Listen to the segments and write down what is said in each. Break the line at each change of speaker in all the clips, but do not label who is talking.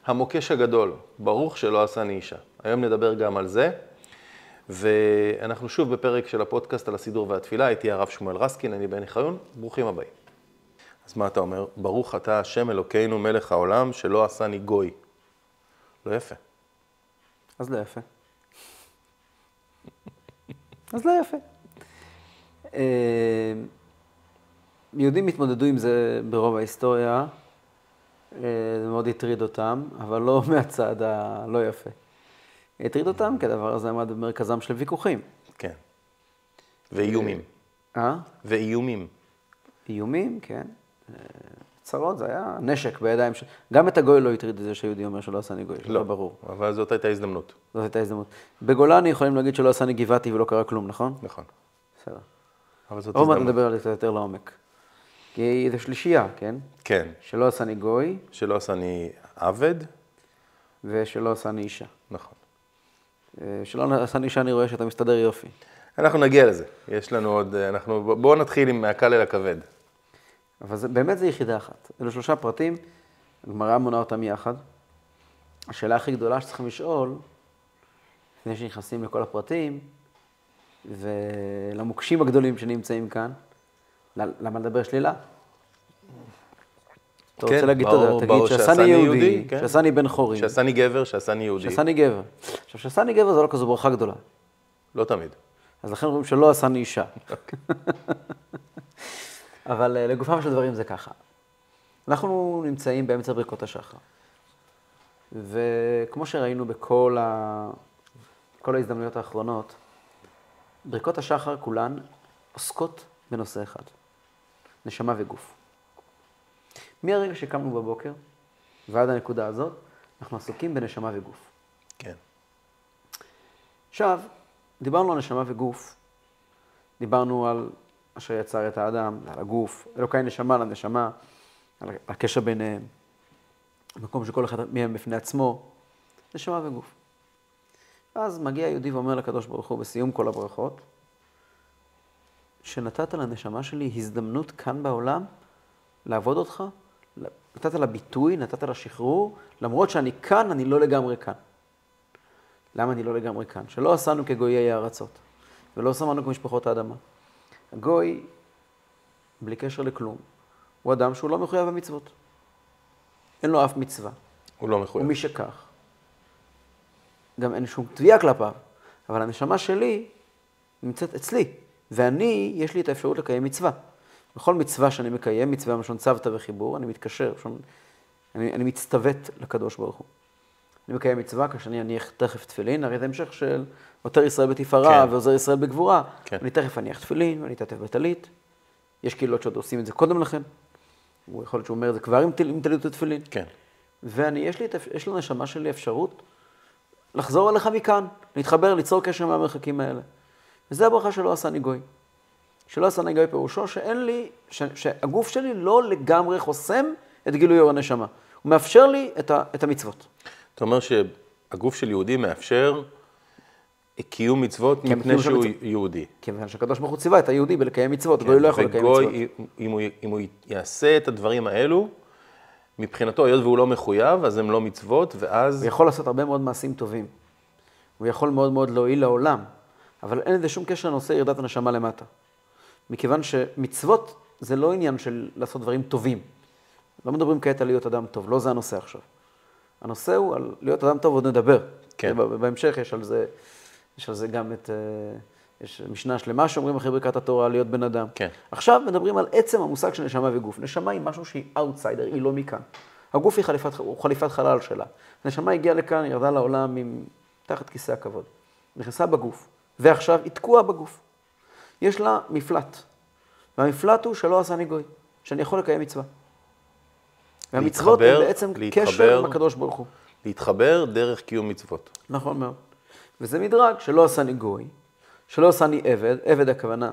המוקש הגדול, ברוך שלא עשני אישה. היום נדבר גם על זה, ואנחנו שוב בפרק של הפודקאסט על הסידור והתפילה, הייתי הרב שמואל רסקין, אני בני חיון, ברוכים הבאים. אז מה אתה אומר? ברוך אתה השם אלוקינו מלך העולם שלא עשני גוי. לא יפה.
אז לא יפה. אז לא יפה. יהודים התמודדו עם זה ברוב ההיסטוריה, זה מאוד הטריד אותם, אבל לא מהצד הלא יפה. הטריד אותם כי הדבר הזה עמד במרכזם של ויכוחים.
כן. ואיומים. ואיומים.
איומים, כן. צרות, זה היה נשק בידיים. גם את הגוי לא הטריד את זה שהיהודי אומר שלא עשני גוי, לא ברור.
אבל זאת הייתה הזדמנות.
זאת הייתה הזדמנות. בגולני יכולים להגיד שלא עשני גבעתי ולא קרה כלום, נכון?
נכון.
בסדר.
אבל זאת
עוד מעט
הזדמנות.
נדבר על זה יותר לעומק. כי זה שלישייה, כן?
כן.
שלא עשני גוי.
שלא עשני עבד.
ושלא עשני אישה.
נכון.
שלא עשני אישה אני רואה שאתה מסתדר יופי.
אנחנו נגיע לזה. יש לנו עוד, בואו נתחיל עם מהקל אל הכבד.
אבל באמת זה יחידה אחת. אלו 3 פרטים, הגמרא מונה אותם יחד. השאלה הכי גדולה שצריכים לשאול, לפני שנכנסים לכל הפרטים, ולמוקשים הגדולים שנמצאים כאן, למה לדבר שלילה? אתה רוצה להגיד תודה, תגיד שעשני יהודי, שעשני בן חורין.
שעשני גבר, שעשני יהודי.
שעשני גבר. עכשיו, שעשני גבר זה לא כזו ברכה גדולה.
לא תמיד.
אז לכן אומרים שלא עשני אישה. אבל לגופם של דברים זה ככה. אנחנו נמצאים באמצע ברכות השחר. וכמו שראינו בכל ההזדמנויות האחרונות, ברכות השחר כולן עוסקות בנושא אחד. נשמה וגוף. מהרגע שקמנו בבוקר ועד הנקודה הזאת, אנחנו עסוקים בנשמה וגוף.
כן.
עכשיו, דיברנו על נשמה וגוף. דיברנו על אשר יצר את האדם, על הגוף, אלוקי נשמה לנשמה, על הקשר ביניהם, מקום שכל אחד מהם בפני עצמו, נשמה וגוף. אז מגיע יהודי ואומר לקדוש ברוך הוא בסיום כל הברכות, שנתת לנשמה שלי הזדמנות כאן בעולם לעבוד אותך, נתת לה ביטוי, נתת לה שחרור, למרות שאני כאן, אני לא לגמרי כאן. למה אני לא לגמרי כאן? שלא עשינו כגויי הארצות, ולא שמנו כמשפחות האדמה. הגוי, בלי קשר לכלום, הוא אדם שהוא לא מחויב במצוות. אין לו אף מצווה.
הוא לא מחויב.
ומי שכך. גם אין שום תביעה כלפיו. אבל הנשמה שלי נמצאת אצלי. ואני, יש לי את האפשרות לקיים מצווה. בכל מצווה שאני מקיים, מצווה משון צוותא וחיבור, אני מתקשר, אני מצטוות לקדוש ברוך הוא. אני מקיים מצווה, כשאני אניח תכף תפילין, הרי זה המשך של עוטר ישראל בתפארה ועוזר ישראל בגבורה.
כן.
אני תכף אניח תפילין ואני אתעטף בטלית. יש קהילות שעוד עושים את זה קודם לכן. הוא יכול להיות שהוא אומר את זה כבר עם טלית ותפילין.
כן.
יש לנשמה שלי אפשרות לחזור אליך מכאן, להתחבר, ליצור קשר מהמרחקים האלה. וזה הברכה שלא עשני גוי. שלא עשני גוי פירושו שהגוף שלי לא לגמרי חוסם את גילוי אור הנשמה. הוא מאפשר לי את המצוות.
אתה אומר שהגוף של יהודי מאפשר קיום מצוות מפני שהוא יהודי.
כיוון שהקדוש ברוך הוא ציווה את היהודי בלקיים מצוות, גוי לא יכול לקיים מצוות.
וגוי, אם הוא יעשה את הדברים האלו, מבחינתו, היות והוא לא מחויב, אז הם לא מצוות, ואז...
הוא יכול לעשות הרבה מאוד מעשים טובים. הוא יכול מאוד מאוד להועיל לעולם, אבל אין לזה שום קשר לנושא ירידת הנשמה למטה. מכיוון שמצוות זה לא עניין של לעשות דברים טובים. לא מדברים כעת על להיות אדם טוב, לא זה הנושא עכשיו. הנושא הוא על להיות אדם טוב, עוד נדבר.
כן.
בהמשך יש על זה גם יש משנה שלמה שאומרים אחרי ברכת התורה להיות בן אדם.
כן.
עכשיו מדברים על עצם המושג של נשמה וגוף. נשמה היא משהו שהיא אאוטסיידר, היא לא מכאן. הגוף הוא חליפת חלל שלה. נשמה הגיעה לכאן, ירדה לעולם תחת כיסא הכבוד. נכנסה בגוף, ועכשיו היא תקועה בגוף. יש לה מפלט. והמפלט הוא שלא עשני גוי, שאני יכול לקיים מצווה. והמצוות הן בעצם קשר עם הקדוש ברוך הוא.
להתחבר דרך קיום מצוות.
נכון מאוד. וזה מדרג שלא עשני גוי, שלא עשני עבד, עבד הכוונה,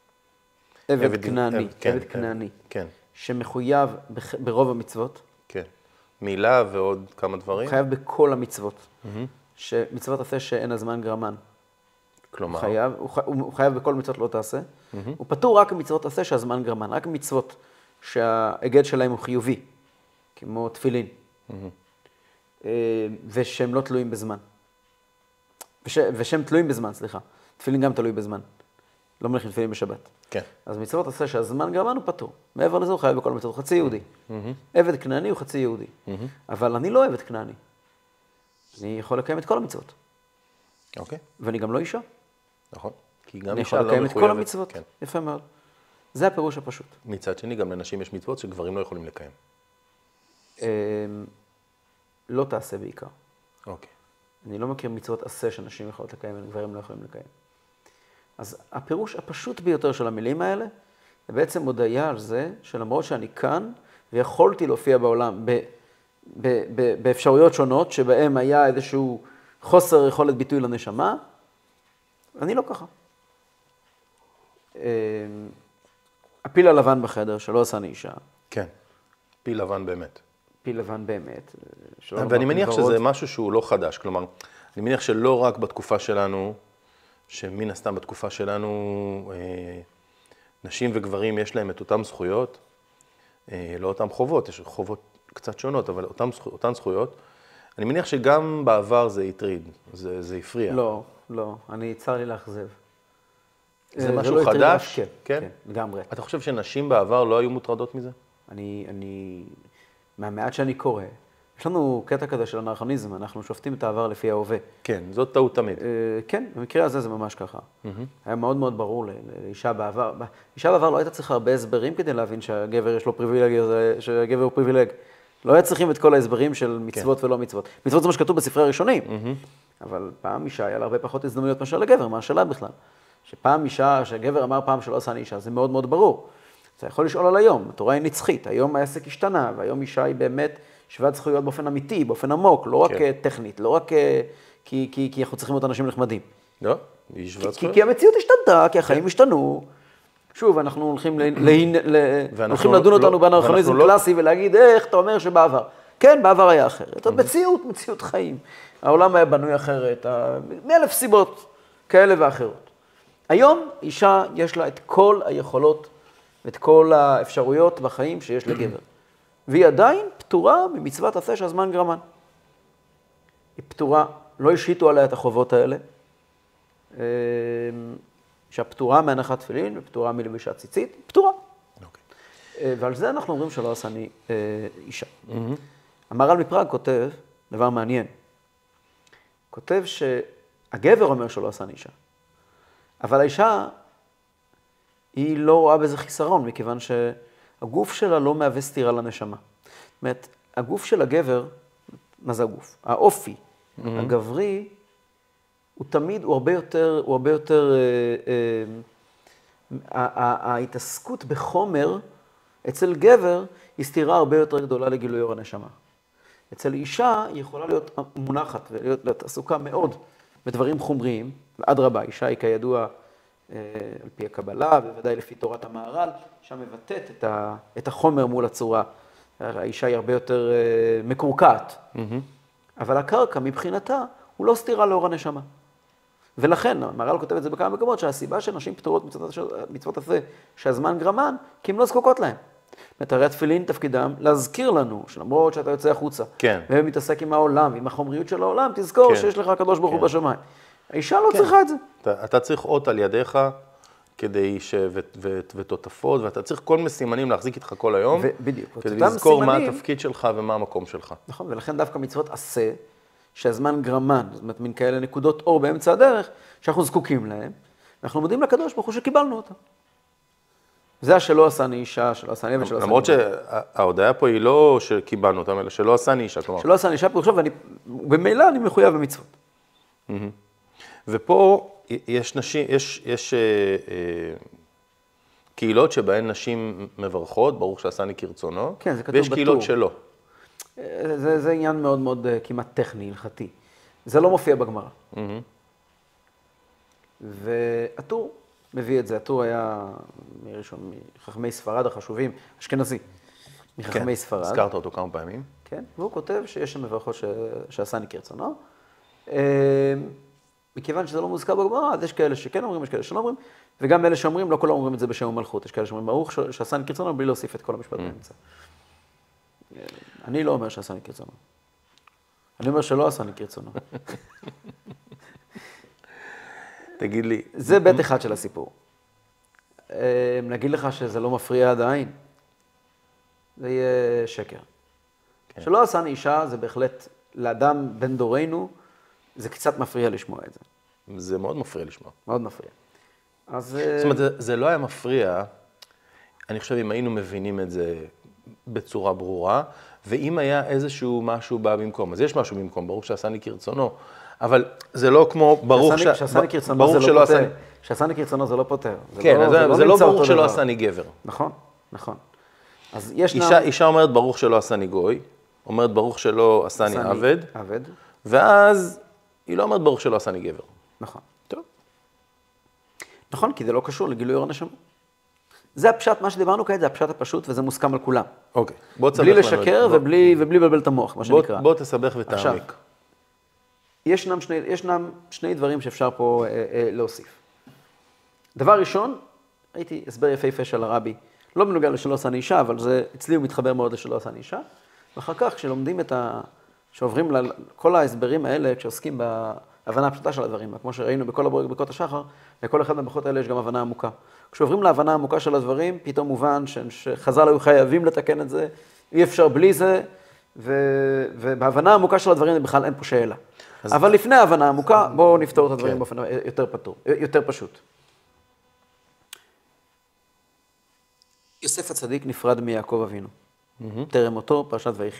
עבד כנעני, עבד כנעני, שמחויב ברוב המצוות.
כן. מילה ועוד כמה דברים.
הוא חייב בכל המצוות. שמצוות עשה שאין הזמן גרמן.
כלומר?
הוא חייב בכל מצוות לא תעשה. הוא פטור רק מצוות עשה שהזמן גרמן, רק מצוות שההיגד שלהם הוא חיובי, כמו תפילין. ושהם לא תלויים בזמן. ושהם תלויים בזמן, סליחה. תפילין גם תלוי בזמן. לא מניחים תפילין בשבת.
כן.
אז מצוות עשה שהזמן גרמן הוא פטור. מעבר לזה הוא חייב בכל מצוות, הוא חצי יהודי. עבד כנעני הוא חצי יהודי. אבל אני לא עבד כנעני. אני יכול לקיים את כל המצוות.
אוקיי.
ואני גם לא אישה.
נכון. כי גם
אני
אישה
יכול
לא
לקיים את
מחויבת.
כל המצוות.
כן.
יפה מאוד. זה הפירוש הפשוט.
מצד שני, גם לנשים יש מצוות שגברים לא יכולים לקיים.
לא תעשה בעיקר.
אוקיי.
אני לא מכיר מצוות עשה שנשים יכולות לקיים וגברים לא יכולים לקיים. אז הפירוש הפשוט ביותר של המילים האלה, זה בעצם הודעה על זה שלמרות שאני כאן ויכולתי להופיע בעולם באפשרויות שונות שבהם היה איזשהו חוסר יכולת ביטוי לנשמה, אני לא ככה. הפיל הלבן בחדר שלא עשה אני אישה.
כן. פיל לבן באמת.
פיל לבן באמת.
ואני מניח שזה משהו שהוא לא חדש. כלומר, אני מניח שלא רק בתקופה שלנו, שמן הסתם בתקופה שלנו, נשים וגברים יש להם את אותם זכויות, לא אותם חובות, יש חובות קצת שונות, אבל אותן זכויות. אני מניח שגם בעבר זה הטריד, זה הפריע.
לא, לא, אני צר לי לאכזב.
זה משהו חדש?
כן, לגמרי.
אתה חושב שנשים בעבר לא היו מוטרדות מזה?
מהמעט שאני קורא, יש לנו קטע כזה של אנרכיזם, אנחנו שופטים את העבר לפי ההווה.
כן, זאת טעות תמיד.
כן, במקרה הזה זה ממש ככה. היה מאוד מאוד ברור לאישה בעבר. אישה בעבר לא הייתה צריכה הרבה הסברים כדי להבין שהגבר יש לו פריבילגיה, שהגבר הוא פריבילג. לא היה צריכים את כל ההסברים של מצוות ולא מצוות. מצוות זה מה שכתוב בספרי הראשונים. אבל פעם אישה היה לה הרבה פחות הזדמנויות מאשר לגבר, מה השאלה בכלל? שפעם אישה, שהגבר אמר פעם שלא עשה אני אישה, זה מאוד מאוד ברור. אתה יכול לשאול על היום, התורה היא נצחית, היום העסק השתנה, והיום אישה היא באמת שוות זכויות באופן אמיתי, באופן עמוק, לא רק טכנית, לא רק כי אנחנו צריכים להיות אנשים נחמדים.
לא, היא שוות זכויות.
כי המציאות השתנתה, כי החיים השתנו. שוב, אנחנו הולכים לדון אותנו באנרכיזם קלאסי ולהגיד, איך אתה אומר שבעבר? כן, בעבר היה אחרת. זאת מציאות חיים. העולם היה בנוי אחרת, מאלף סיבות כאלה ואחרות. היום אישה יש לה את כל היכולות, את כל האפשרויות בחיים שיש לגבר. והיא עדיין פטורה ממצוות עשה שהזמן גרמן. היא פטורה, לא השחיתו עליה את החובות האלה. שהפטורה מהנחת תפילין ופטורה מלבישת ציצית, פטורה. ועל זה אנחנו אומרים שלא עשה אני אישה. המהר"ל מפראג כותב דבר מעניין. כותב שהגבר אומר שלא עשה אני אישה. אבל האישה היא לא רואה בזה חיסרון, מכיוון שהגוף שלה לא מהווה סתירה לנשמה. זאת אומרת, הגוף של הגבר, מה זה הגוף? האופי הגברי, הוא תמיד, הוא הרבה יותר, ההתעסקות בחומר אצל גבר היא סתירה הרבה יותר גדולה לגילוי אור הנשמה. אצל אישה היא יכולה להיות מונחת ולהיות עסוקה מאוד בדברים חומריים, ואדרבה, אישה היא כידוע על פי הקבלה, בוודאי לפי תורת המהר"ל, אישה מבטאת את החומר מול הצורה. האישה היא הרבה יותר מקורקעת. אבל הקרקע מבחינתה הוא לא סתירה לאור הנשמה. ולכן, המהר"ל כותב את זה בכמה מקומות, שהסיבה שנשים פטורות מצוות עשה שהזמן גרמן, כי הן לא זקוקות להן. מתארי התפילין תפקידם להזכיר לנו, שלמרות שאתה יוצא החוצה, ומתעסק עם העולם, עם החומריות של העולם, תזכור שיש לך הקדוש ברוך הוא בשמיים. האישה לא צריכה את זה.
אתה צריך אות על ידיך, כדי ותותפות, ואתה צריך כל מיני סימנים להחזיק איתך כל היום,
בדיוק.
כדי לזכור מה התפקיד שלך ומה המקום שלך.
נכון, ולכן דווקא מצוות עשה, שהזמן גרמן, זאת אומרת, מין כאלה נקודות אור באמצע הדרך, שאנחנו זקוקים להם, ואנחנו מודים לקדוש ברוך הוא שקיבלנו אותה. זה השלא עשה אני אישה, שלא עשה אני ושלא עשה אני.
למרות שההודעה פה היא לא שקיבלנו אותם, אלא שלא עשה אני אישה, כלומר.
שלא עשה אני אישה, ובמילא אני מחויב במצוות.
ופה יש קהילות שבהן נשים מברכות, ברוך שעשני כרצונו,
כן, זה כתוב
ויש
בטור.
קהילות שלא.
זה עניין מאוד מאוד כמעט טכני, הלכתי. זה לא מופיע בגמרא. והטור מביא את זה. הטור היה מחכמי ספרד החשובים, אשכנזי, מחכמי ספרד.
הזכרת אותו כמה פעמים.
כן, והוא כותב שיש שם מברכות שעשני כרצונו. מכיוון שזה לא מוזכר בגמרא, אז יש כאלה שכן אומרים, יש כאלה שלא אומרים, וגם אלה שאומרים, לא כולם אומרים את זה בשם ומלכות. יש כאלה שאומרים, ברוך שעשני כרצונו, בלי להוסיף את כל המשפט באמצע. אני לא אומר שעשני כרצונו. אני אומר שלא עשני כרצונו.
תגיד לי.
זה בית אחד של הסיפור. נגיד לך שזה לא מפריע עדיין, זה יהיה שקר. כן. שלא עשני אישה זה בהחלט, לאדם בן דורנו, זה קצת מפריע לשמוע את זה.
זה מאוד מפריע לשמוע.
מאוד מפריע. אז...
זאת אומרת, זה לא היה מפריע, אני חושב אם היינו מבינים את זה בצורה ברורה, ואם היה איזשהו משהו בא במקום, אז יש משהו במקום, ברור שעשני כרצונו, אבל זה לא כמו, ברור שלא עשני...
שעשני כרצונו זה לא פותר.
כן, זה לא ברור שלא עשני גבר.
נכון, נכון. אז יש
אישה אומרת ברוך שלא עשני גוי, אומרת ברוך שלא עשני עבד, ואז היא לא אומרת ברוך שלא עשני גבר.
נכון.
טוב.
נכון, כי זה לא קשור לגילוי אור הנשמה. זה הפשט, מה שדיברנו כעת, זה הפשט הפשוט, וזה מוסכם על כולם.
אוקיי. בוא תסבך
בלי לשקר ובלי לבלבל את המוח, מה שנקרא.
בוא תסבך ותעמיק.
ישנם שני דברים שאפשר פה להוסיף. דבר ראשון, ראיתי הסבר יפה של הרבי, לא בנוגע לשלא עשני אישה, אבל זה אצלי הוא מתחבר מאוד לשלא עשני אישה. ואחר כך, כשלומדים שעוברים לכל ההסברים האלה, כשעוסקים בהבנה הפשוטה של הדברים, כמו שראינו בכל ברכות השחר, לכל אחד מהברכות האלה יש גם הבנה עמוקה. כשעוברים להבנה העמוקה של הדברים, פתאום מובן שחז"ל היו חייבים לתקן את זה, אי אפשר בלי זה, ובהבנה העמוקה של הדברים בכלל אין פה שאלה. אבל לפני ההבנה העמוקה, בואו נפתור את הדברים באופן יותר פשוט. יוסף הצדיק נפרד מיעקב אבינו, טרם מותו, פרשת ויחי.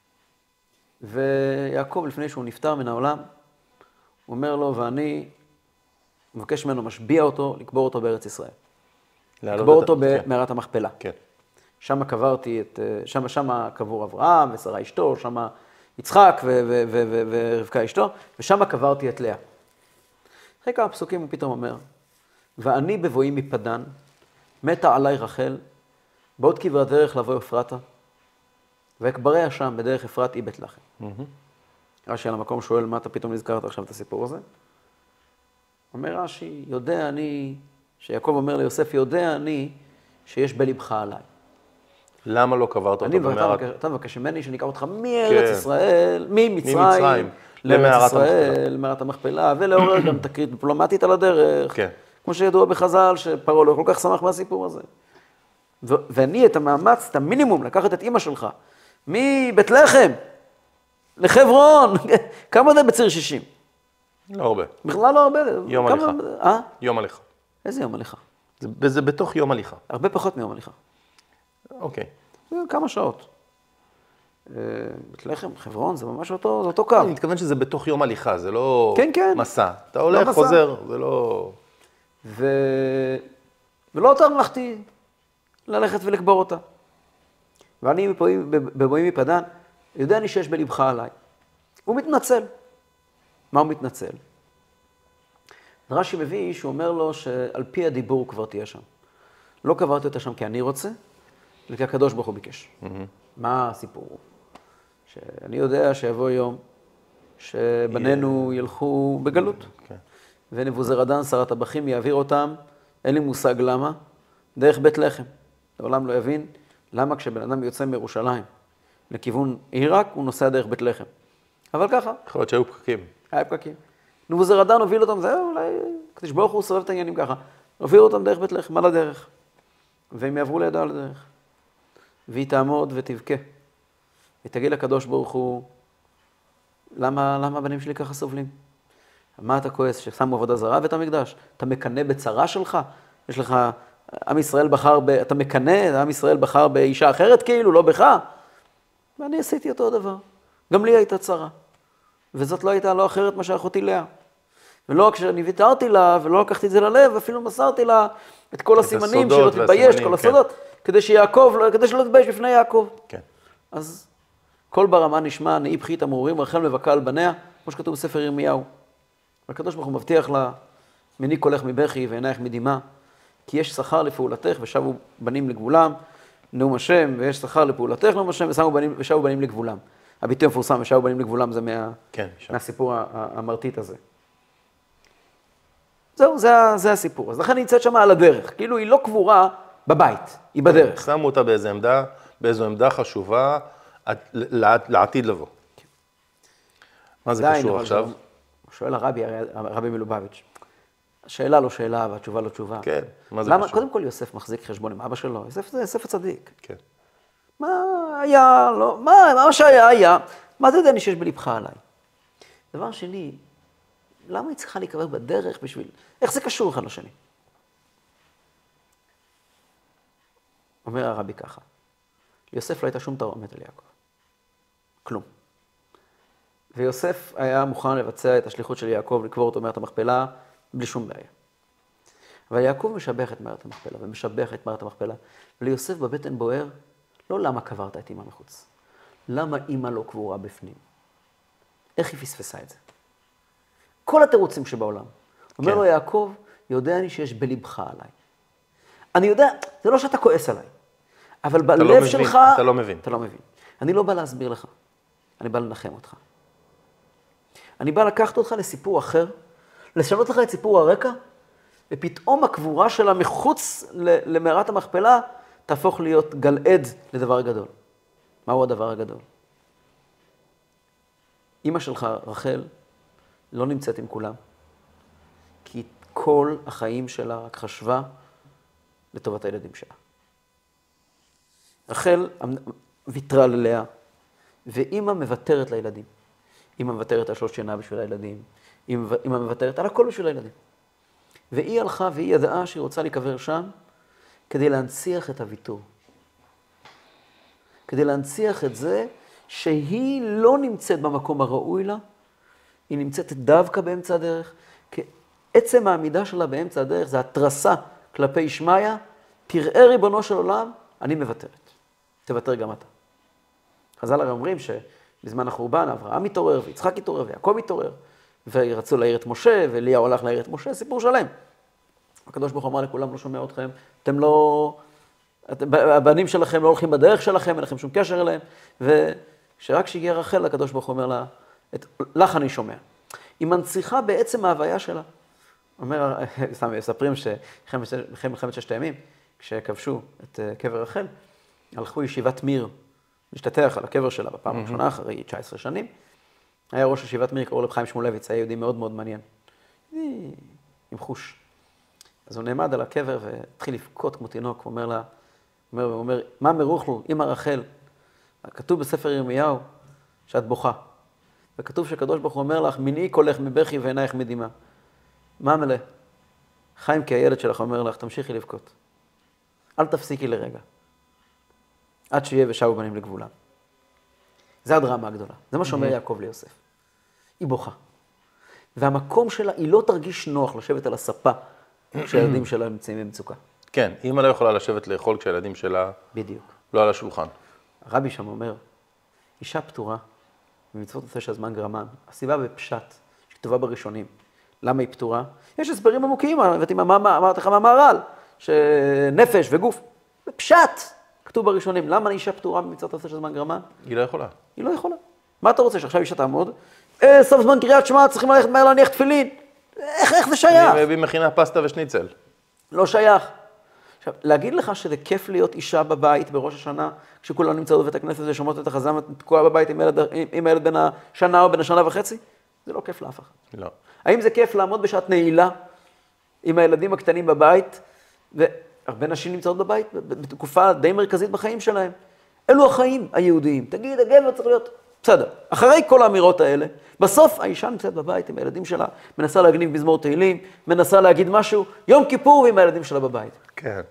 ויעקב, לפני שהוא נפטר מן העולם, הוא אומר לו, ואני מבקש ממנו, משביע אותו, לקבור אותו בארץ ישראל. לקבור אותו במערת המכפלה.
כן.
שם קברתי שם קבור אברהם ושרה אשתו, שם יצחק ורבקה אשתו, ושם קברתי את לאה. אחרי כמה פסוקים הוא פתאום אומר, ואני בבואי מפדן, מתה עליי רחל, בעוד כברת דרך לבוא אפרתה, ואקבריה שם בדרך אפרת היא בית לחם. רש"י על המקום שואל, מה אתה פתאום נזכרת עכשיו את הסיפור הזה? אומר רש"י, יודע אני, שיעקב אומר ליוסף, יודע אני שיש בלבך עליי.
למה לא קברת אותו במערת?
אתה מבקש ממני שניקח אותך מארץ ישראל, ממצרים לארץ ישראל, למערת המכפלה, ולעורר גם תקרית דיפלומטית על הדרך.
כן.
כמו שידוע בחז"ל, שפרעה לא כל כך שמח מהסיפור הזה. ואני את המאמץ, את המינימום, לקחת את אמא שלך, מבית לחם לחברון, כמה זה בציר 60?
לא הרבה.
בכלל לא הרבה.
יום הליכה. יום הליכה.
איזה יום הליכה?
זה בתוך יום הליכה.
הרבה פחות מיום הליכה.
אוקיי.
כמה שעות. בית לחם, חברון, זה ממש אותו קו.
אני מתכוון שזה בתוך יום הליכה, זה לא מסע. אתה
לא
הולך,
מסע.
חוזר, זה לא...
ולא יותר מלאכתי ללכת ולקבור אותה. ואני בבואי מפדן, יודע אני שיש בלבך עליי. הוא מתנצל. מה הוא מתנצל? רש"י מביא שהוא אומר לו שעל פי הדיבור כבר תהיה שם. לא קברתי אותה שם כי אני רוצה, אלא כי הקדוש ברוך הוא ביקש. מה הסיפור? שאני יודע שיבוא יום שבנינו ילכו בגלות. ונבוזראדן, שר הטבחים, יעביר אותם, אין לי מושג למה, דרך בית לחם. העולם לא יבין למה כשבן אדם יוצא מירושלים לכיוון עיראק, הוא נוסע דרך בית לחם. אבל ככה.
יכול להיות שהיו פקקים.
היה פקקים. נבוזראדן הוביל אותם, זה אולי, הקדוש ברוך הוא סובב את העניינים ככה. הוביל אותם דרך בית לחם, על הדרך. והם יעברו לידה על הדרך. והיא תעמוד ותבכה. ותגיד לקדוש ברוך הוא, למה הבנים שלי ככה סובלים? מה אתה כועס? ששמו עבודה זרה ואת המקדש? אתה מקנא בצרה שלך? יש לך, עם ישראל בחר אתה מקנא, עם ישראל בחר באישה אחרת כאילו, לא בך? ואני עשיתי אותו הדבר. גם לי הייתה צרה. וזאת לא הייתה לא אחרת מה שאחותי לאה. ולא כשאני ויתרתי לה, ולא לקחתי את זה ללב, אפילו מסרתי לה את כל הסימנים שלא תתבייש, כל הסודות, כדי שלא תתבייש בפני יעקב.
כן.
אז כל ברמה נשמע, נאי בחית אמורים, רחל מבכה על בניה, כמו שכתוב בספר ירמיהו. והקדוש ברוך הוא מבטיח לה, מני קולך מבכי ועינייך מדמעה, כי יש שכר לפעולתך ושבו בנים לגבולם, נאום השם, ויש שכר לפעולתך נאום השם, ושבו בנים לגבולם. הביטוי המפורסם, ושבו בנים לגבולם, זה מהסיפור המרטיט הזה. זהו, זה הסיפור. אז לכן היא נמצאת שם על הדרך, כאילו היא לא קבורה בבית, היא בדרך.
שמו אותה באיזו עמדה חשובה לעתיד לבוא. מה זה קשור עכשיו?
שואל הרבי מלובביץ'. השאלה לא שאלה והתשובה לא תשובה.
כן, מה זה קשור?
קודם כל יוסף מחזיק חשבון עם אבא שלו, יוסף הצדיק.
כן.
מה היה, לא, מה שהיה, היה. מה אתה יודע לי שיש בלבך עליי? דבר שני, למה היא צריכה להיקבר בדרך בשביל... איך זה קשור אחד לשני? אומר הרבי ככה, ליוסף לא הייתה שום תרעומת על יעקב. כלום. ויוסף היה מוכן לבצע את השליחות של יעקב, לקבור אותו מערת המכפלה, בלי שום בעיה. אבל יעקב משבח את מערת המכפלה, ומשבח את מערת המכפלה. וליוסף בבטן בוער, לא למה קברת את אמא מחוץ, למה אמא לא קבורה בפנים. איך היא פספסה את זה? כל התירוצים שבעולם. אומר לו יעקב, יודע אני שיש בלבך עליי. אני יודע, זה לא שאתה כועס עליי, אבל בלב שלך...
אתה לא מבין.
אתה לא מבין. אני לא בא להסביר לך, אני בא לנחם אותך. אני בא לקחת אותך לסיפור אחר, לשנות לך את סיפור הרקע, ופתאום הקבורה שלה מחוץ למערת המכפלה, תהפוך להיות גלעד לדבר גדול. מהו הדבר הגדול? אמא שלך, רחל, לא נמצאת עם כולם, כי כל החיים שלה רק חשבה לטובת הילדים שלה. רחל ויתרה ללאה, ואמא מוותרת לילדים. אמא מוותרת על 3 שנה בשביל הילדים, אמא מוותרת על הכל בשביל הילדים. והיא הלכה והיא ידעה שהיא רוצה להיקבר שם, כדי להנציח את הוויתור. כדי להנציח את זה שהיא לא נמצאת במקום הראוי לה, היא נמצאת דווקא באמצע הדרך, כי עצם העמידה שלה באמצע הדרך זה התרסה כלפי שמיה, תראה ריבונו של עולם, אני מוותרת. תוותר גם אתה. חז"ל הרי אומרים שבזמן החורבן אברהם התעורר, ויצחק התעורר, ויעקב התעורר, ורצו להעיר את משה, ואליהו הלך להעיר את משה, סיפור שלם. הקדוש ברוך הוא אמר לכולם, לא שומע אתכם, אתם לא... הבנים שלכם לא הולכים בדרך שלכם, אין לכם שום קשר אליהם, ושרק כשהגיע רחל, הקדוש ברוך הוא אומר לה, לך אני שומע. היא מנציחה בעצם ההוויה שלה. אומר, סתם, מספרים שאחרי מלחמת 6 הימים, כשכבשו את קבר רחל, הלכו ישיבת מיר, להשתטח על הקבר שלה בפעם הראשונה, אחרי 19 שנים. היה ראש ישיבת מיר, קראו לו חיים שמואלביץ, היה יהודי מאוד מאוד מעניין. עם חוש. אז הוא נעמד על הקבר והתחיל לבכות כמו תינוק, הוא אומר לה, הוא אומר, מה מרוכלו, אמא רחל? כתוב בספר ירמיהו שאת בוכה. וכתוב שקדוש ברוך הוא אומר לך, מנעי קולך מבכי ועינייך מדמעה. מה מלא? חיים כהילד שלך אומר לך, תמשיכי לבכות. אל תפסיקי לרגע. עד שיהיה ושבו בנים לגבולם. זה הדרמה הגדולה. זה מה שאומר יעקב ליוסף. היא בוכה. והמקום שלה, היא לא תרגיש נוח לשבת על הספה כשהילדים שלה נמצאים במצוקה.
כן, אמא לא יכולה לשבת לאכול כשהילדים שלה...
בדיוק.
לא על השולחן.
הרבי שם אומר, אישה פטורה, במצוות עושה שהזמן גרמן, הסיבה בפשט, שכתובה בראשונים. למה היא פטורה? יש הסברים עמוקים, אמרתי לך מהמהר"ל, שנפש וגוף. בפשט, כתוב בראשונים. למה אישה פטורה במצוות עושה שהזמן גרמן?
היא לא יכולה.
היא לא יכולה. מה אתה רוצה, שעכשיו אישה תעמוד? סוף זמן קריאת שמע, צריכים ללכת מהר להניח תפילין. איך זה שייך?
היא מכינה פסטה ושניצל.
לא שייך. עכשיו, להגיד לך שזה כיף להיות אישה בבית בראש השנה, כשכולם נמצאו בבית הכנסת ושומעות את החזם, תקועה בבית עם הילד בין השנה או בין השנה וחצי? זה לא כיף לאף אחד.
לא.
האם זה כיף לעמוד בשעת נעילה עם הילדים הקטנים בבית, והרבה נשים נמצאות בבית בתקופה די מרכזית בחיים שלהם? אלו החיים היהודיים. תגיד, הגבר צריך להיות... בסדר. אחרי כל האמירות האלה, בסוף האישה נמצאת בבית עם הילדים שלה, מנסה להגניב מזמור תהילים, מנסה להגיד משהו, יום כיפור ועם הילדים שלה בבית.
כן.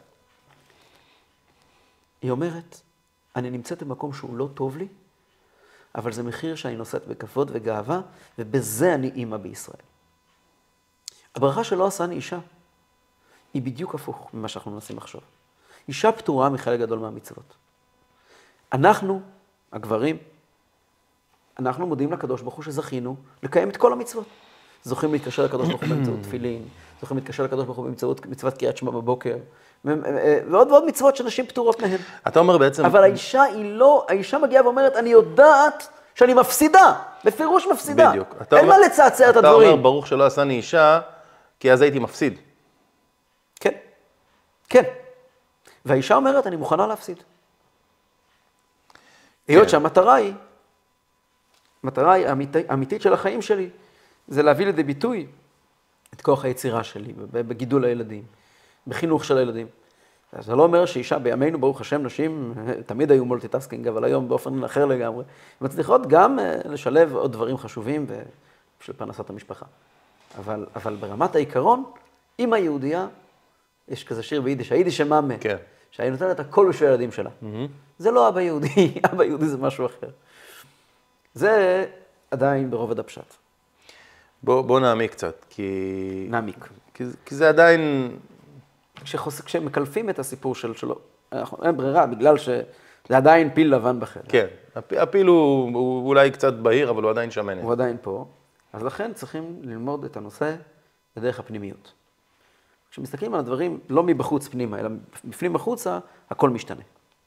היא אומרת, אני נמצאת במקום שהוא לא טוב לי, אבל זה מחיר שאני נושאת בכבוד וגאווה, ובזה אני אימא בישראל. הברכה שלא עשני אישה, היא בדיוק הפוך ממה שאנחנו מנסים לחשוב. אישה פטורה מחלק גדול מהמצוות. אנחנו, הגברים, אנחנו מודים לקדוש ברוך הוא שזכינו לקיים את כל המצוות. זוכים להתקשר לקדוש ברוך הוא באמצעות תפילין, זוכים להתקשר לקדוש ברוך הוא באמצעות מצוות קריאת שמע בבוקר, ועוד ועוד מצוות שנשים פטורות מהן.
אתה אומר בעצם...
אבל האישה היא לא, האישה מגיעה ואומרת, אני יודעת שאני מפסידה, בפירוש מפסידה.
בדיוק.
אין מה לצעצע את הדברים.
אתה אומר, ברוך שלא עשני אישה, כי אז הייתי מפסיד.
כן, כן. והאישה אומרת, אני מוכנה להפסיד. היות שהמטרה היא המטרה האמיתית של החיים שלי זה להביא לידי ביטוי את כוח היצירה שלי, בגידול הילדים, בחינוך של הילדים. זה לא אומר שאישה בימינו, ברוך השם, נשים תמיד היו מולטיטאסקינג, אבל היום באופן אחר לגמרי. מצליחות גם לשלב עוד דברים חשובים בשביל פרנסת המשפחה. אבל ברמת העיקרון, אמא יהודייה, יש כזה שיר ביידיש, היידיש מאמה,
כן.
שהיא נותנת הכל בשביל הילדים שלה. זה לא אבא יהודי, אבא יהודי זה משהו אחר. זה עדיין ברובד הפשט.
בוא נעמיק קצת, כי...
נעמיק.
כי זה עדיין...
כשמקלפים את הסיפור שלו, אין ברירה, בגלל שזה עדיין פיל לבן בחדר.
כן, הפיל הוא אולי קצת בהיר, אבל הוא עדיין שמן.
הוא עדיין פה, אז לכן צריכים ללמוד את הנושא בדרך הפנימיות. כשמסתכלים על הדברים לא מבחוץ פנימה, אלא בפנים החוצה, הכל משתנה.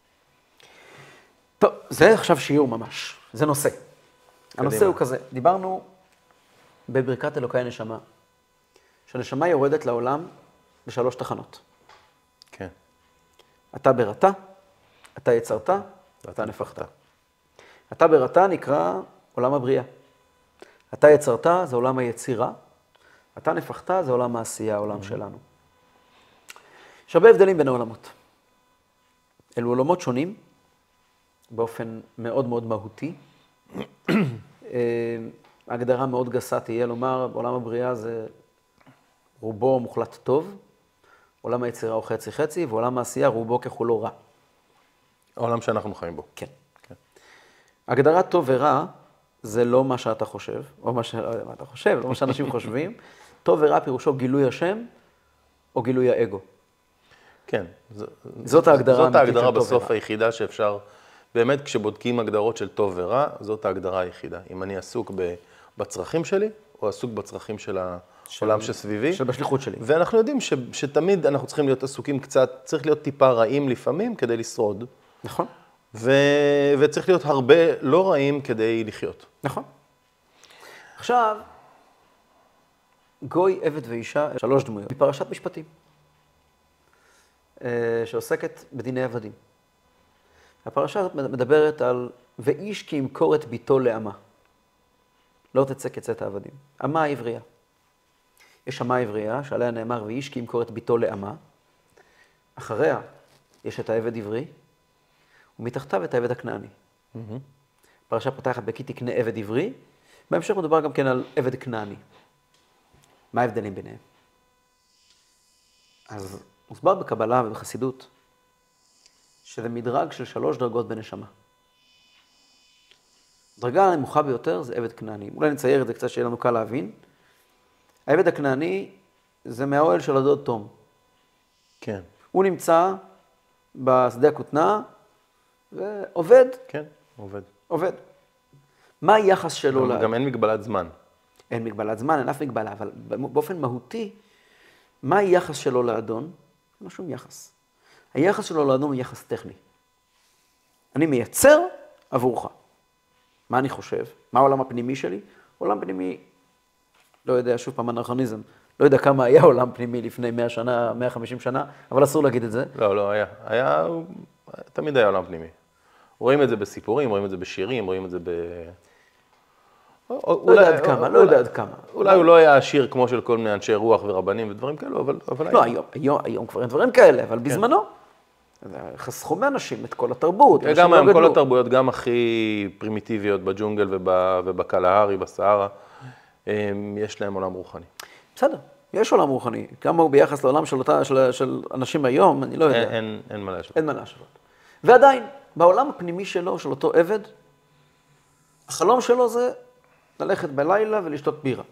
טוב, זה עכשיו שיעור ממש, זה נושא. הנושא הוא כזה, דיברנו בברכת אלוקי הנשמה, שהנשמה יורדת לעולם בשלוש תחנות.
כן.
אתה בראתה, אתה יצרת, ואתה נפחת. אתה בראתה נקרא עולם הבריאה. אתה יצרת זה עולם היצירה, אתה נפחת זה עולם העשייה, העולם שלנו. יש הרבה הבדלים בין העולמות. אלו עולמות שונים, באופן מאוד מאוד מהותי. ההגדרה מאוד גסה תהיה לומר, בעולם הבריאה זה רובו מוחלט טוב, עולם היצירה הוא חצי חצי, ועולם העשייה רובו ככולו רע.
העולם שאנחנו חיים בו.
כן. הגדרת טוב ורע זה לא מה שאתה חושב, או מה אתה חושב, לא מה שאנשים חושבים. טוב ורע פירושו גילוי השם, או גילוי האגו.
כן.
זאת ההגדרה
זאת
האמיתית של
ההגדרה
טוב
בסוף
ורע.
היחידה שאפשר, באמת כשבודקים הגדרות של טוב ורע, זאת ההגדרה היחידה. אם אני עסוק בצרכים שלי, או עסוק בצרכים של העולם שסביבי.
של בשליחות שלי.
ואנחנו יודעים שתמיד אנחנו צריכים להיות עסוקים קצת, צריך להיות טיפה רעים לפעמים כדי לשרוד.
נכון.
וצריך להיות הרבה לא רעים כדי לחיות.
נכון. עכשיו, גוי, עבד ואישה, שלוש דמויות, מפרשת משפטים, שעוסקת בדיני עבדים. הפרשה הזאת מדברת על ואיש כי ימכור את ביתו לאמה. לא תצא כצאת העבדים. אמה העברייה. יש אמה העברייה, שעליה נאמר ואיש כי ימכור את ביתו לאמה. אחריה יש את העבד עברי, ומתחתיו את העבד הכנעני. פרשה פותחת בכי תקנה עבד עברי, בהמשך מדובר גם כן על עבד כנעני. מה ההבדלים ביניהם? אז מוסבר בקבלה ובחסידות, שזה מדרג של 3 דרגות בנשמה. הדרגה הנמוכה ביותר זה עבד כנעני. אולי נצייר את זה קצת שיהיה לנו קל להבין. העבד הכנעני זה מהאוהל של הדוד תום.
כן.
הוא נמצא בשדה הכותנה ועובד.
כן, עובד.
עובד. מה היחס שלו?
גם אין מגבלת זמן.
אין מגבלת זמן, אין אף מגבלה, אבל באופן מהותי, מה היחס שלו לאדון? אין לו שום יחס. היחס שלו לאדון הוא יחס טכני. אני מייצר עבורך. מה אני חושב? מה העולם הפנימי שלי? עולם פנימי, לא יודע, שוב פעם אנכרוניזם, לא יודע כמה היה עולם פנימי לפני 100 שנה, 150 שנה, אבל אסור להגיד את זה.
לא, היה, תמיד היה עולם פנימי. רואים את זה בסיפורים, רואים את זה בשירים, רואים את זה
לא יודע עד כמה, לא יודע עד כמה.
אולי הוא לא היה עשיר כמו של כל מיני אנשי רוח ורבנים ודברים כאלו, אבל
לא, היום כבר אין דברים כאלה, אבל בזמנו. חסכו מאנשים את כל התרבות.
גם היום כל התרבויות, גם הכי פרימיטיביות בג'ונגל ובקלהרי, בסהרה, יש להם עולם רוחני.
בסדר, יש עולם רוחני. כמה הוא ביחס לעולם של אנשים היום, אני לא יודע.
אין מה להשוות.
אין מה להשוות. ועדיין, בעולם הפנימי שלו, של אותו עבד, החלום שלו זה ללכת בלילה ולשתות בירה.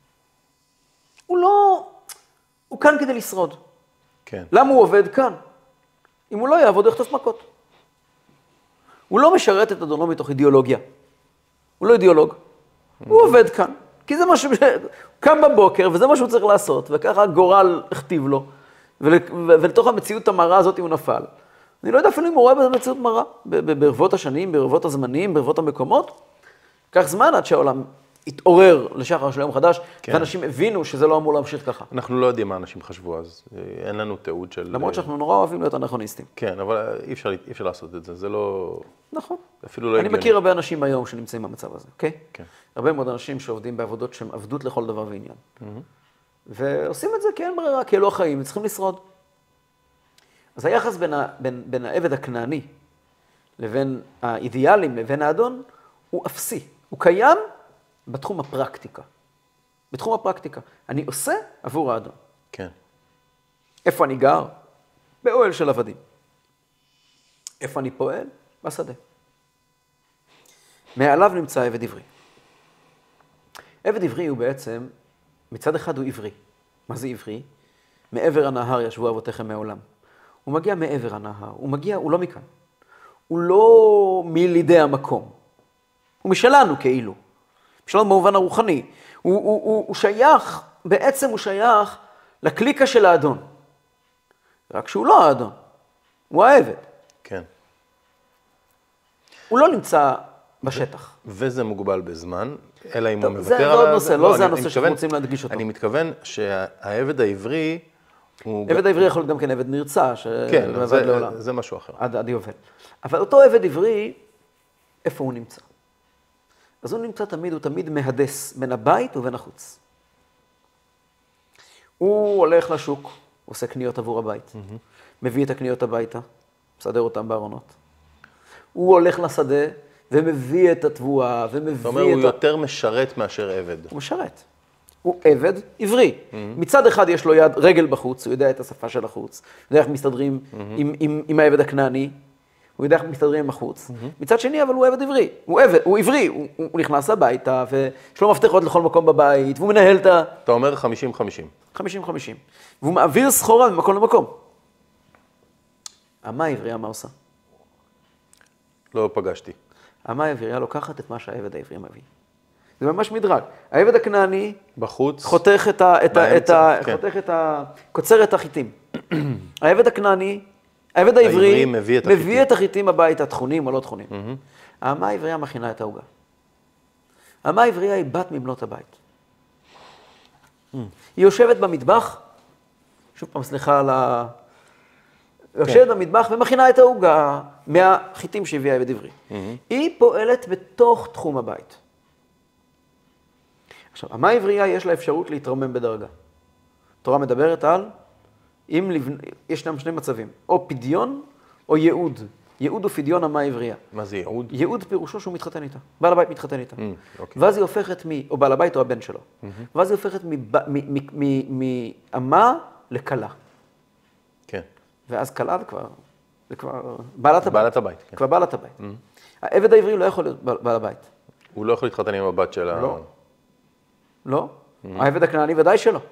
הוא כאן כדי לשרוד.
כן.
למה הוא עובד כאן? אם הוא לא יעבוד, הוא יחטוף מכות. הוא לא משרת את אדונו מתוך אידיאולוגיה. הוא לא אידיאולוג. הוא עובד כאן. כי זה משהו קם בבוקר, וזה מה שהוא צריך לעשות, וככה גורל הכתיב לו, ולתוך המציאות המרה הזאת הוא נפל. אני לא יודע אפילו אם הוא רואה בזה מציאות מרה, ברבות השנים, ברבות הזמנים, ברבות המקומות. כך זמן עד שהעולם התעורר לשחר של יום חדש,
כן.
ואנשים הבינו שזה לא אמור להמשיך ככה.
אנחנו לא יודעים מה אנשים חשבו אז, אין לנו תיעוד של...
למרות שאנחנו נורא אוהבים להיות אנכרוניסטים.
כן, אבל אי אפשר לעשות את זה, זה לא...
נכון.
אפילו לא
אני
הגיוני.
מכיר הרבה אנשים היום שנמצאים במצב הזה, אוקיי?
כן.
הרבה מאוד אנשים שעובדים בעבודות שהן עבדות לכל דבר ועניין. ועושים את זה כי אין ברירה, כי אלו החיים, צריכים לשרוד. אז היחס בין העבד הכנעני לבין האידיאלים לבין האדון הוא אפסי. הוא קיים בתחום הפרקטיקה. בתחום הפרקטיקה. אני עושה עבור האדון.
כן.
איפה אני גר? באוהל של עבדים. איפה אני פועל? בשדה. מעליו נמצא עבד עברי. עבד עברי הוא בעצם, מצד אחד הוא עברי. מה זה עברי? מעבר הנהר ישבו אבותיכם מעולם. הוא מגיע מעבר הנהר, הוא לא מכאן. הוא לא מלידי המקום. הוא משלנו כאילו. משלנו במובן הרוחני. הוא שייך, בעצם הוא שייך לקליקה של האדון. רק שהוא לא האדון, הוא העבד.
כן.
הוא לא נמצא בשטח.
וזה מוגבל בזמן, אלא אם הוא
טוב,
מוותר על...
זה עוד נושא, לא זה
אני
הנושא שאנחנו
מתכוון-
רוצים להדגיש אותו.
אני מתכוון שהעבד העברי הוא...
עבד העברי יכול להיות גם כן עבד נרצע,
כן,
שעבד לעולם.
זה משהו אחר.
עד יובל. אבל אותו עבד עברי, איפה הוא נמצא? אז הוא נמצא תמיד, הוא תמיד מהדס בין הבית ובין החוץ. הוא הולך לשוק, עושה קניות עבור הבית, מביא את הקניות הביתה, מסדר אותם בארונות. הוא הולך לשדה ומביא את התבואה, ומביא
זאת אומרת, הוא יותר משרת מאשר עבד.
הוא משרת. הוא עבד עברי. מצד אחד יש לו יד, רגל בחוץ, הוא יודע את השפה של החוץ, הוא יודע איך מסתדרים עם העבד הכנעני, הוא יודע איך מסתדרים עם החוץ. מצד שני, אבל הוא עבד עברי. הוא עברי, הוא נכנס הביתה, ויש לו מפתחות לכל מקום בבית, והוא מנהל את ה...
אתה אומר 50-50.
50-50. והוא מעביר סחורה ממקום למקום. המה העברייה מה עושה?
לא פגשתי.
המה העברייה לוקחת את מה שהעבד העברי מביא. זה ממש מדרג. העבד הכנעני
בחוץ.
חותך קוצר את החיטים. העבד הכנעני, העבד העברי מביא את החיטים הביתה, תכונים או לא תכונים. המה העברייה מכינה את העוגה. המה העברייה היא בת ממלות הבית. היא יושבת במטבח, שוב פעם סליחה על ה... יושבת במטבח ומכינה את העוגה מהחיטים שהביאה העבד עברי. היא פועלת בתוך תחום הבית. עכשיו, המה העברייה יש לה אפשרות להתרומם בדרגה. התורה מדברת על, יש להם שני מצבים, או פדיון או ייעוד. ייעוד הוא פדיון המה העברייה.
מה זה ייעוד?
ייעוד פירושו שהוא מתחתן איתה. בעל הבית מתחתן איתה.
אוקיי.
ואז היא הופכת או בעל הבית או הבן שלו. ואז היא הופכת מאמה לכלה.
כן.
ואז כלה זה כבר בעלת הבית.
בעלת הבית, כן.
כבר בעלת הבית. העבד העברי לא יכול להיות בעל הבית.
הוא לא יכול להתחתן עם הבת של ה...
לא. לא. העבד הכנעני ודאי שלא.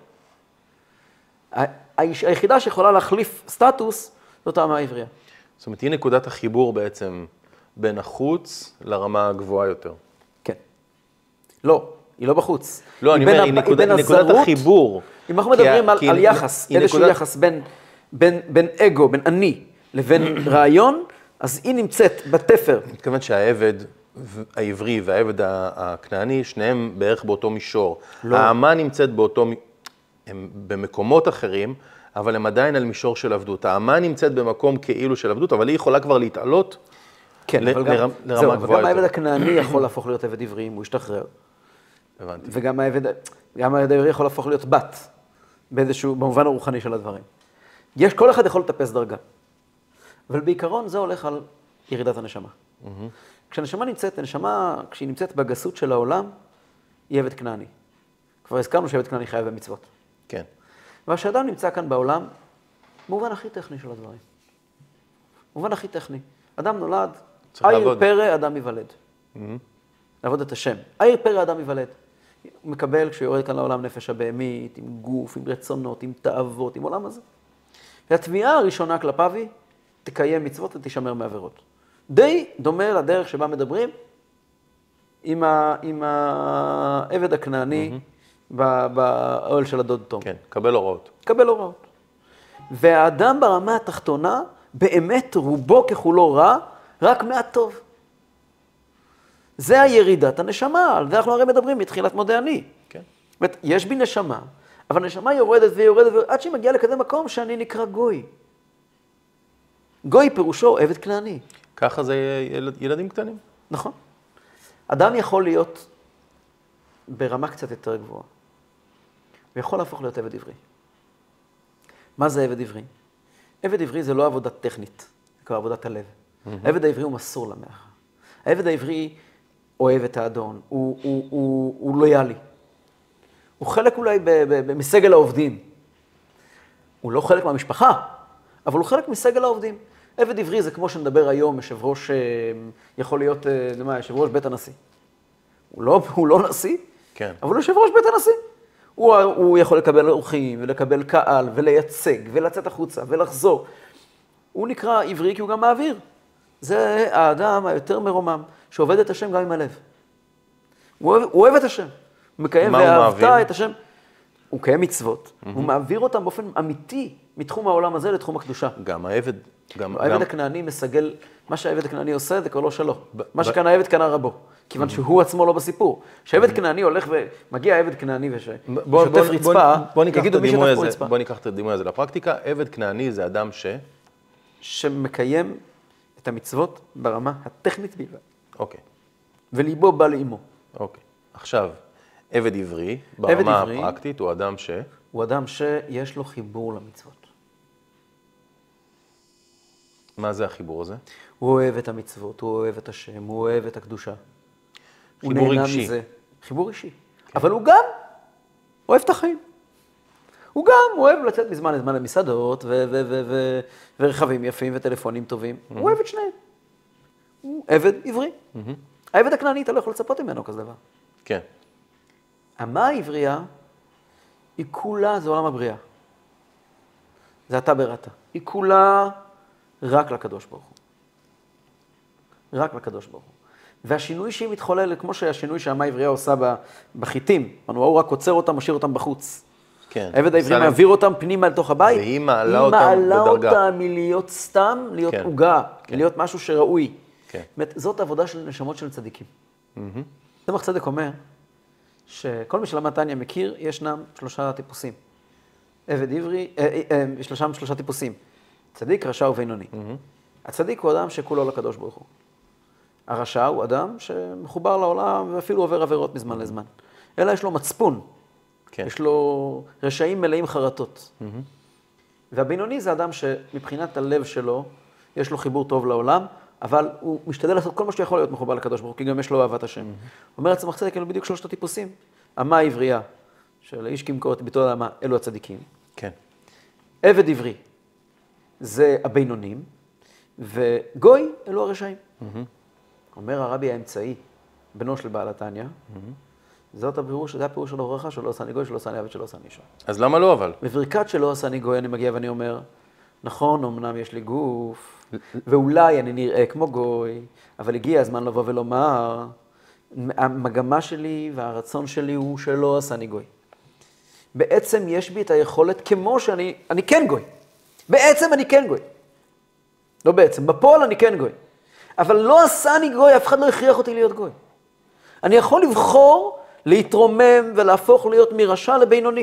היחידה שיכולה להחליף סטטוס זאת המה העברייה.
זאת אומרת, היא נקודת החיבור בעצם בין החוץ לרמה הגבוהה יותר.
כן. לא, היא לא בחוץ.
לא, אני אומר, היא נקודת החיבור.
אם אנחנו מדברים על יחס, איזשהו יחס בין אגו, בין אני, לבין רעיון, אז היא נמצאת בתפר.
אני מתכוון שהעבד העברי והעבד הכנעני, שניהם בערך באותו מישור.
לא.
האמה נמצאת הם במקומות אחרים, אבל הם עדיין על מישור של עבדות. האמה נמצאת במקום כאילו של עבדות, אבל היא יכולה כבר להתעלות לרמה גבוהה יותר.
גם העבד הכנעני יכול להפוך להיות עבד עברי אם הוא ישתחרר.
הבנתי.
וגם העבד העברי יכול להפוך להיות בת, במובן הרוחני של הדברים. כל אחד יכול לטפס דרגה. אבל בעיקרון זה הולך על ירידת הנשמה. כשהנשמה כשהיא נמצאת בגסות של העולם, היא עבד כנעני. כבר הזכרנו שעבד כנעני חייב במצוות.
כן.
והשאדם נמצא כאן בעולם, במובן הכי טכני של הדברים. במובן הכי טכני. אדם נולד, עיר פרא אדם ייוולד. לעבוד את השם. עיר פרא אדם ייוולד. הוא מקבל כשיורד כאן לעולם נפש הבהמית, עם גוף, עם רצונות, עם תאוות, עם עולם הזה. והתביעה הראשונה כלפיו היא, תקיים מצוות ותשמר מעבירות. די דומה לדרך שבה מדברים עם העבד הכנעני באוהל של הדוד תום.
כן, קבל הוראות.
קבל הוראות. והאדם ברמה התחתונה, באמת רובו ככולו רע, רק מעט טוב. זה הירידת הנשמה, על זה אנחנו הרי מדברים מתחילת מודה אני.
כן.
זאת אומרת, יש בי נשמה, אבל הנשמה יורדת ויורדת, עד שהיא מגיעה לכזה מקום שאני נקרא גוי. גוי פירושו עבד כנעני.
ככה זה ילדים קטנים.
נכון. אדם יכול להיות ברמה קצת יותר גבוהה. הוא יכול להפוך להיות עבד עברי. מה זה עבד עברי? עבד עברי זה לא עבודה טכנית, זה כבר עבודת הלב. העבד העברי הוא מסור למלאכה. העבד העברי אוהב את האדון, הוא לויאלי. הוא חלק אולי מסגל העובדים. הוא לא חלק מהמשפחה, אבל הוא חלק מסגל העובדים. עבד עברי זה כמו שנדבר היום, יושב ראש, יכול להיות, יושב ראש בית הנשיא. הוא לא נשיא,
כן.
אבל הוא יושב ראש בית הנשיא. הוא יכול לקבל אורחים ולקבל קהל ולייצג ולצאת החוצה ולחזור. הוא נקרא עברי כי הוא גם מעביר. זה האדם היותר מרומם, שעובד את השם גם עם הלב. הוא אוהב את השם. הוא מקיים ואהבת את השם. הוא מקיים מצוות. הוא מעביר אותם באופן אמיתי מתחום העולם הזה לתחום הקדושה.
גם העבד.
העבד הכנעני מסגל, מה שהעבד הכנעני עושה זה כבר לא שלו. מה שכאן העבד קנה רבו. כיוון שהוא עצמו לא בסיפור. כשעבד כנעני הולך ומגיע עבד כנעני ושוטף רצפה, יגידו מי שטף רצפה.
בוא ניקח את הדימוי הזה לפרקטיקה. עבד כנעני זה אדם
שמקיים את המצוות ברמה הטכנית בלבד.
אוקיי.
וליבו בא לאמו.
אוקיי. עכשיו, עבד עברי, ברמה הפרקטית, הוא אדם
הוא אדם שיש לו חיבור למצוות.
מה זה החיבור הזה?
הוא אוהב את המצוות, הוא אוהב את השם, הוא אוהב את הקדושה.
חיבור רגשי.
מזה. חיבור אישי. כן. אבל הוא גם אוהב את החיים. הוא גם אוהב לצאת מזמן לזמן למסעדות, ורכבים יפים וטלפונים טובים. הוא אוהב את שניהם. הוא עבד עברי. העבד הכנעני, אתה לא יכול לצפות ממנו כזה דבר.
כן.
המה העברייה, היא כולה, זה עולם הבריאה. זה אתה בראת. היא כולה רק לקדוש ברוך הוא. רק לקדוש ברוך הוא. והשינוי שהיא מתחוללת, כמו שהשינוי שהמה העברייה עושה בחיטים, הוא רק עוצר אותם, משאיר אותם בחוץ.
כן.
העבד העברי מעביר אותם פנימה לתוך הבית.
והיא מעלה אותם בדרגה.
היא מעלה אותם מלהיות סתם, להיות עוגה, להיות משהו שראוי.
כן.
זאת עבודה של נשמות של צדיקים. צמח צדק אומר שכל מי שלמד תניא מכיר, ישנם 3 טיפוסים. עבד עברי, ישנם 3 טיפוסים. צדיק, רשע ובינוני. הצדיק הוא אדם שכולו לקדוש ברוך הוא. הרשע הוא אדם שמחובר לעולם ואפילו עובר עבירות מזמן לזמן. אלא יש לו מצפון. כן. יש לו רשעים מלאים חרטות. והבינוני זה אדם שמבחינת הלב שלו, יש לו חיבור טוב לעולם, אבל הוא משתדל לעשות כל מה שיכול להיות מחובר לקדוש ברוך הוא, כי גם יש לו אהבת השם. אומר צמח צדק, אלו בדיוק 3 הטיפוסים. המה העברייה, של איש כמכור את ביתו לאמה, אלו הצדיקים.
כן.
עבד עברי, זה הבינונים, וגוי, אלו הרשעים. אומר הרבי האמצעי, בנו של בעל התניא, זה הפירוש של ההוכחה שלא עשני גוי, שלא עשני עבד, שלא עשני אישה.
אז למה לא אבל?
בברכת שלא עשני גוי אני מגיע ואני אומר, נכון, אמנם יש לי גוף, ואולי אני נראה כמו גוי, אבל הגיע הזמן לבוא ולומר, המגמה שלי והרצון שלי הוא שלא עשני גוי. בעצם יש בי את היכולת כמו שאני כן גוי. בעצם אני כן גוי. לא בעצם, בפועל אני כן גוי. אבל לא עשני גוי, אף אחד לא הכריח אותי להיות גוי. אני יכול לבחור להתרומם ולהפוך להיות מרשע לבינוני.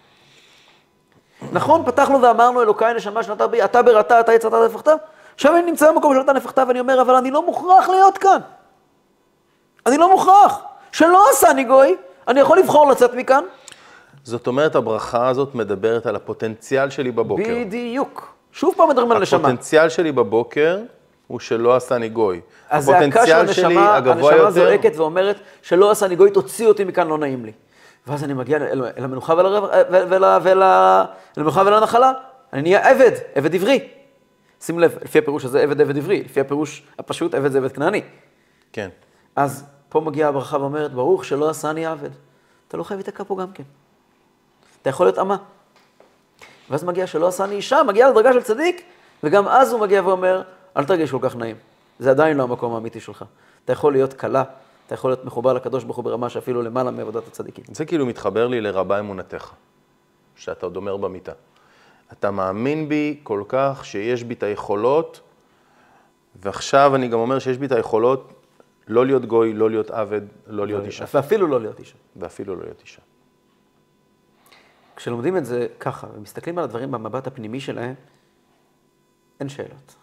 נכון, פתחנו ואמרנו, אלוקיי נשמה שנתה בי, אתה בראתה, אתה יצרת נפחת. עכשיו אני נמצא במקום שנתה נפחת ואני אומר, אבל אני לא מוכרח להיות כאן. אני לא מוכרח. שלא עשני גוי, אני יכול לבחור לצאת מכאן.
זאת אומרת, הברכה הזאת מדברת על הפוטנציאל שלי בבוקר.
בדיוק. שוב פעם מדברים על נשמה.
הפוטנציאל שלי בבוקר הוא שלא עשני גוי.
אז הפוטנציאל שלי הגבוה יותר... הנשמה זועקת ואומרת, שלא עשני גוי, תוציא אותי מכאן, לא נעים לי. ואז אני מגיע אל המנוחה ולמנוחה ולנחלה. אני נהיה עבד עברי. שים לב, לפי הפירוש הזה עבד עברי, לפי הפירוש הפשוט עבד זה עבד כנעני.
כן.
אז פה מגיעה הברכה ואומרת, ברוך שלא עשני עבד. אתה לא חייב להתעקע פה גם כן. אתה יכול להיות אמה. ואז מגיע שלא עשני אישה, מגיע לדרגה של צדיק, וגם אז הוא מגיע ואומר, אל תרגיש כל כך נעים. זה עדיין לא המקום האמיתי שלך. אתה יכול להיות קלה, אתה יכול להיות מחובר לקדוש ברוך הוא ברמה שאפילו למעלה מעבודת הצדיקים.
זה כאילו מתחבר לי לרבה אמונתך, שאתה עוד אומר במיטה. אתה מאמין בי כל כך שיש בי את היכולות, ועכשיו אני גם אומר שיש בי את היכולות לא להיות גוי, לא להיות עבד, לא להיות אישה.
ואפילו לא להיות אישה.
ואפילו לא להיות אישה.
כשלומדים את זה ככה, ומסתכלים על הדברים במבט הפנימי שלהם, אין שאלות.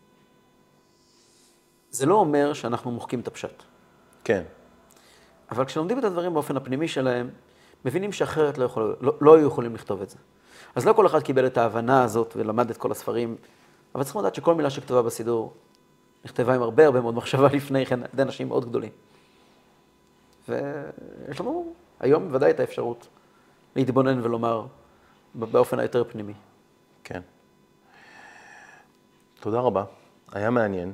זה לא אומר שאנחנו מוחקים את הפשט.
כן.
אבל כשלומדים את הדברים באופן הפנימי שלהם, מבינים שאחרת לא היו יכולים לכתוב את זה. אז לא כל אחד קיבל את ההבנה הזאת ולמד את כל הספרים, אבל צריכים לדעת שכל מילה שכתובה בסידור נכתבה עם הרבה מאוד מחשבה לפני כן, על ידי אנשים מאוד גדולים. ויש לנו היום ודאי את האפשרות להתבונן ולומר באופן היותר פנימי.
כן. תודה רבה, היה מעניין.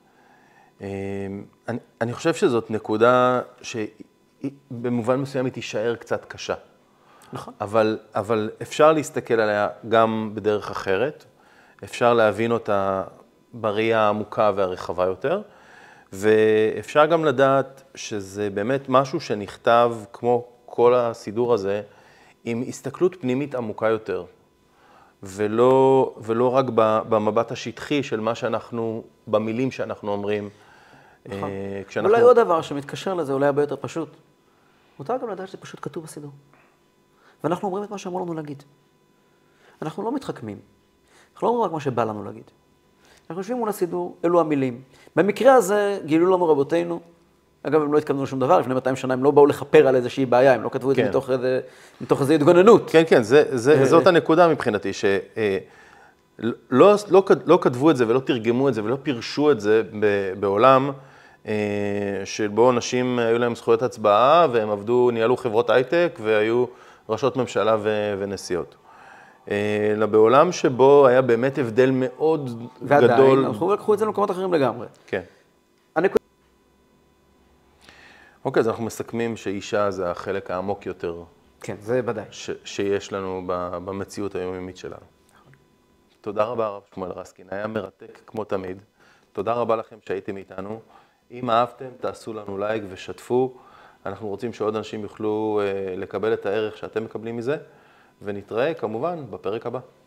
אני חושב שזאת נקודה שבמובן מסוים היא תישאר קצת קשה.
נכון.
אבל אפשר להסתכל עליה גם בדרך אחרת, אפשר להבין אותה בראייה העמוקה והרחבה יותר, ואפשר גם לדעת שזה באמת משהו שנכתב, כמו כל הסידור הזה, עם הסתכלות פנימית עמוקה יותר, ולא רק במבט השטחי של מה שאנחנו, במילים שאנחנו אומרים.
נכון. אולי עוד דבר שמתקשר לזה, אולי הרבה יותר פשוט. מותר גם לדעת שזה פשוט כתוב בסידור. ואנחנו אומרים את מה שאמרו לנו להגיד. אנחנו לא מתחכמים. אנחנו לא אומרים רק מה שבא לנו להגיד. אנחנו יושבים מול הסידור, אלו המילים. במקרה הזה גילו לנו רבותינו, אגב, הם לא התכוונו לשום דבר, לפני 200 שנה הם לא באו לחפר על איזושהי בעיה, הם לא כתבו את זה מתוך איזו התגוננות.
כן, כן, זאת הנקודה מבחינתי, שלא כתבו את זה ולא תרגמו את זה ולא פירשו את זה בעולם שבו אנשים היו להם זכויות הצבעה והם עבדו, ניהלו חברות הייטק והיו ראשות ממשלה ונשיאות. אלא בעולם שבו היה באמת הבדל מאוד גדול.
ועדיין, אנחנו לקחו את זה למקומות אחרים לגמרי.
כן. אוקיי, אז אנחנו מסכמים שאישה זה החלק העמוק יותר.
כן, זה ודאי.
שיש לנו במציאות היומיומית שלנו. תודה רבה, הרב שמואל רסקין. היה מרתק כמו תמיד. תודה רבה לכם שהייתם איתנו. אם אהבתם, תעשו לנו לייק ושתפו. אנחנו רוצים שעוד אנשים יוכלו לקבל את הערך שאתם מקבלים מזה. ונתראה כמובן בפרק הבא.